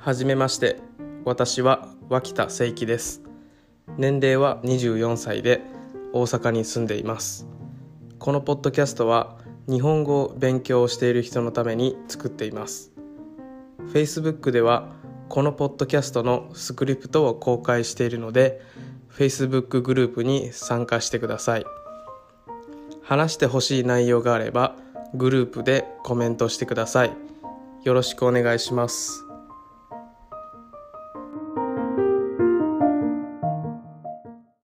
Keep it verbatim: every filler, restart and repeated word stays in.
はじめまして。私は脇田誠樹です。年齢はにじゅうよんさいで大阪に住んでいます。このポッドキャストは日本語を勉強している人のために作っています。 Facebook ではこのポッドキャストのスクリプトを公開しているので Facebook グループに参加してください。話してほしい内容があればグループでコメントしてください。よろしくお願いします。